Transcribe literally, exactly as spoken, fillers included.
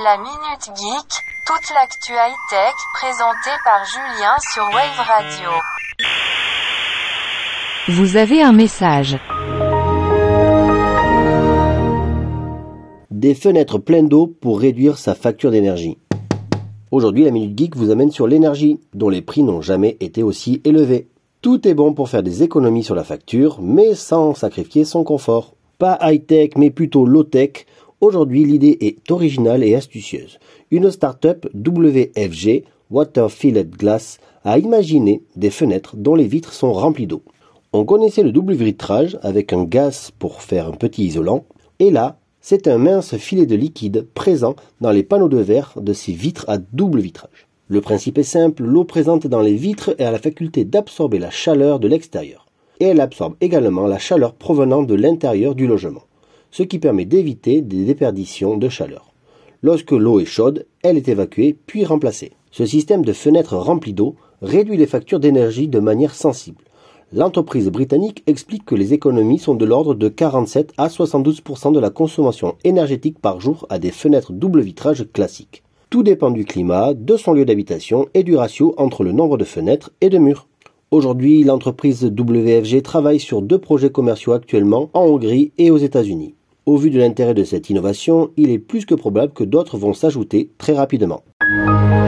La Minute Geek, toute l'actu high-tech présentée par Julien sur Wave Radio. Vous avez un message. Des fenêtres pleines d'eau pour réduire sa facture d'énergie. Aujourd'hui, la Minute Geek vous amène sur l'énergie, dont les prix n'ont jamais été aussi élevés. Tout est bon pour faire des économies sur la facture, mais sans sacrifier son confort. Pas high-tech, mais plutôt low-tech. Aujourd'hui, l'idée est originale et astucieuse. Une start-up W F G, Water Filled Glass, a imaginé des fenêtres dont les vitres sont remplies d'eau. On connaissait le double vitrage avec un gaz pour faire un petit isolant, et là, c'est un mince filet de liquide présent dans les panneaux de verre de ces vitres à double vitrage. Le principe est simple, l'eau présente dans les vitres a la faculté d'absorber la chaleur de l'extérieur. Et elle absorbe également la chaleur provenant de l'intérieur du logement, ce qui permet d'éviter des déperditions de chaleur. Lorsque l'eau est chaude, elle est évacuée puis remplacée. Ce système de fenêtres remplies d'eau réduit les factures d'énergie de manière sensible. L'entreprise britannique explique que les économies sont de l'ordre de quarante-sept à soixante-douze pour cent de la consommation énergétique par jour à des fenêtres double vitrage classiques. Tout dépend du climat, de son lieu d'habitation et du ratio entre le nombre de fenêtres et de murs. Aujourd'hui, l'entreprise W F G travaille sur deux projets commerciaux actuellement en Hongrie et aux États-Unis. Au vu de l'intérêt de cette innovation, il est plus que probable que d'autres vont s'ajouter très rapidement.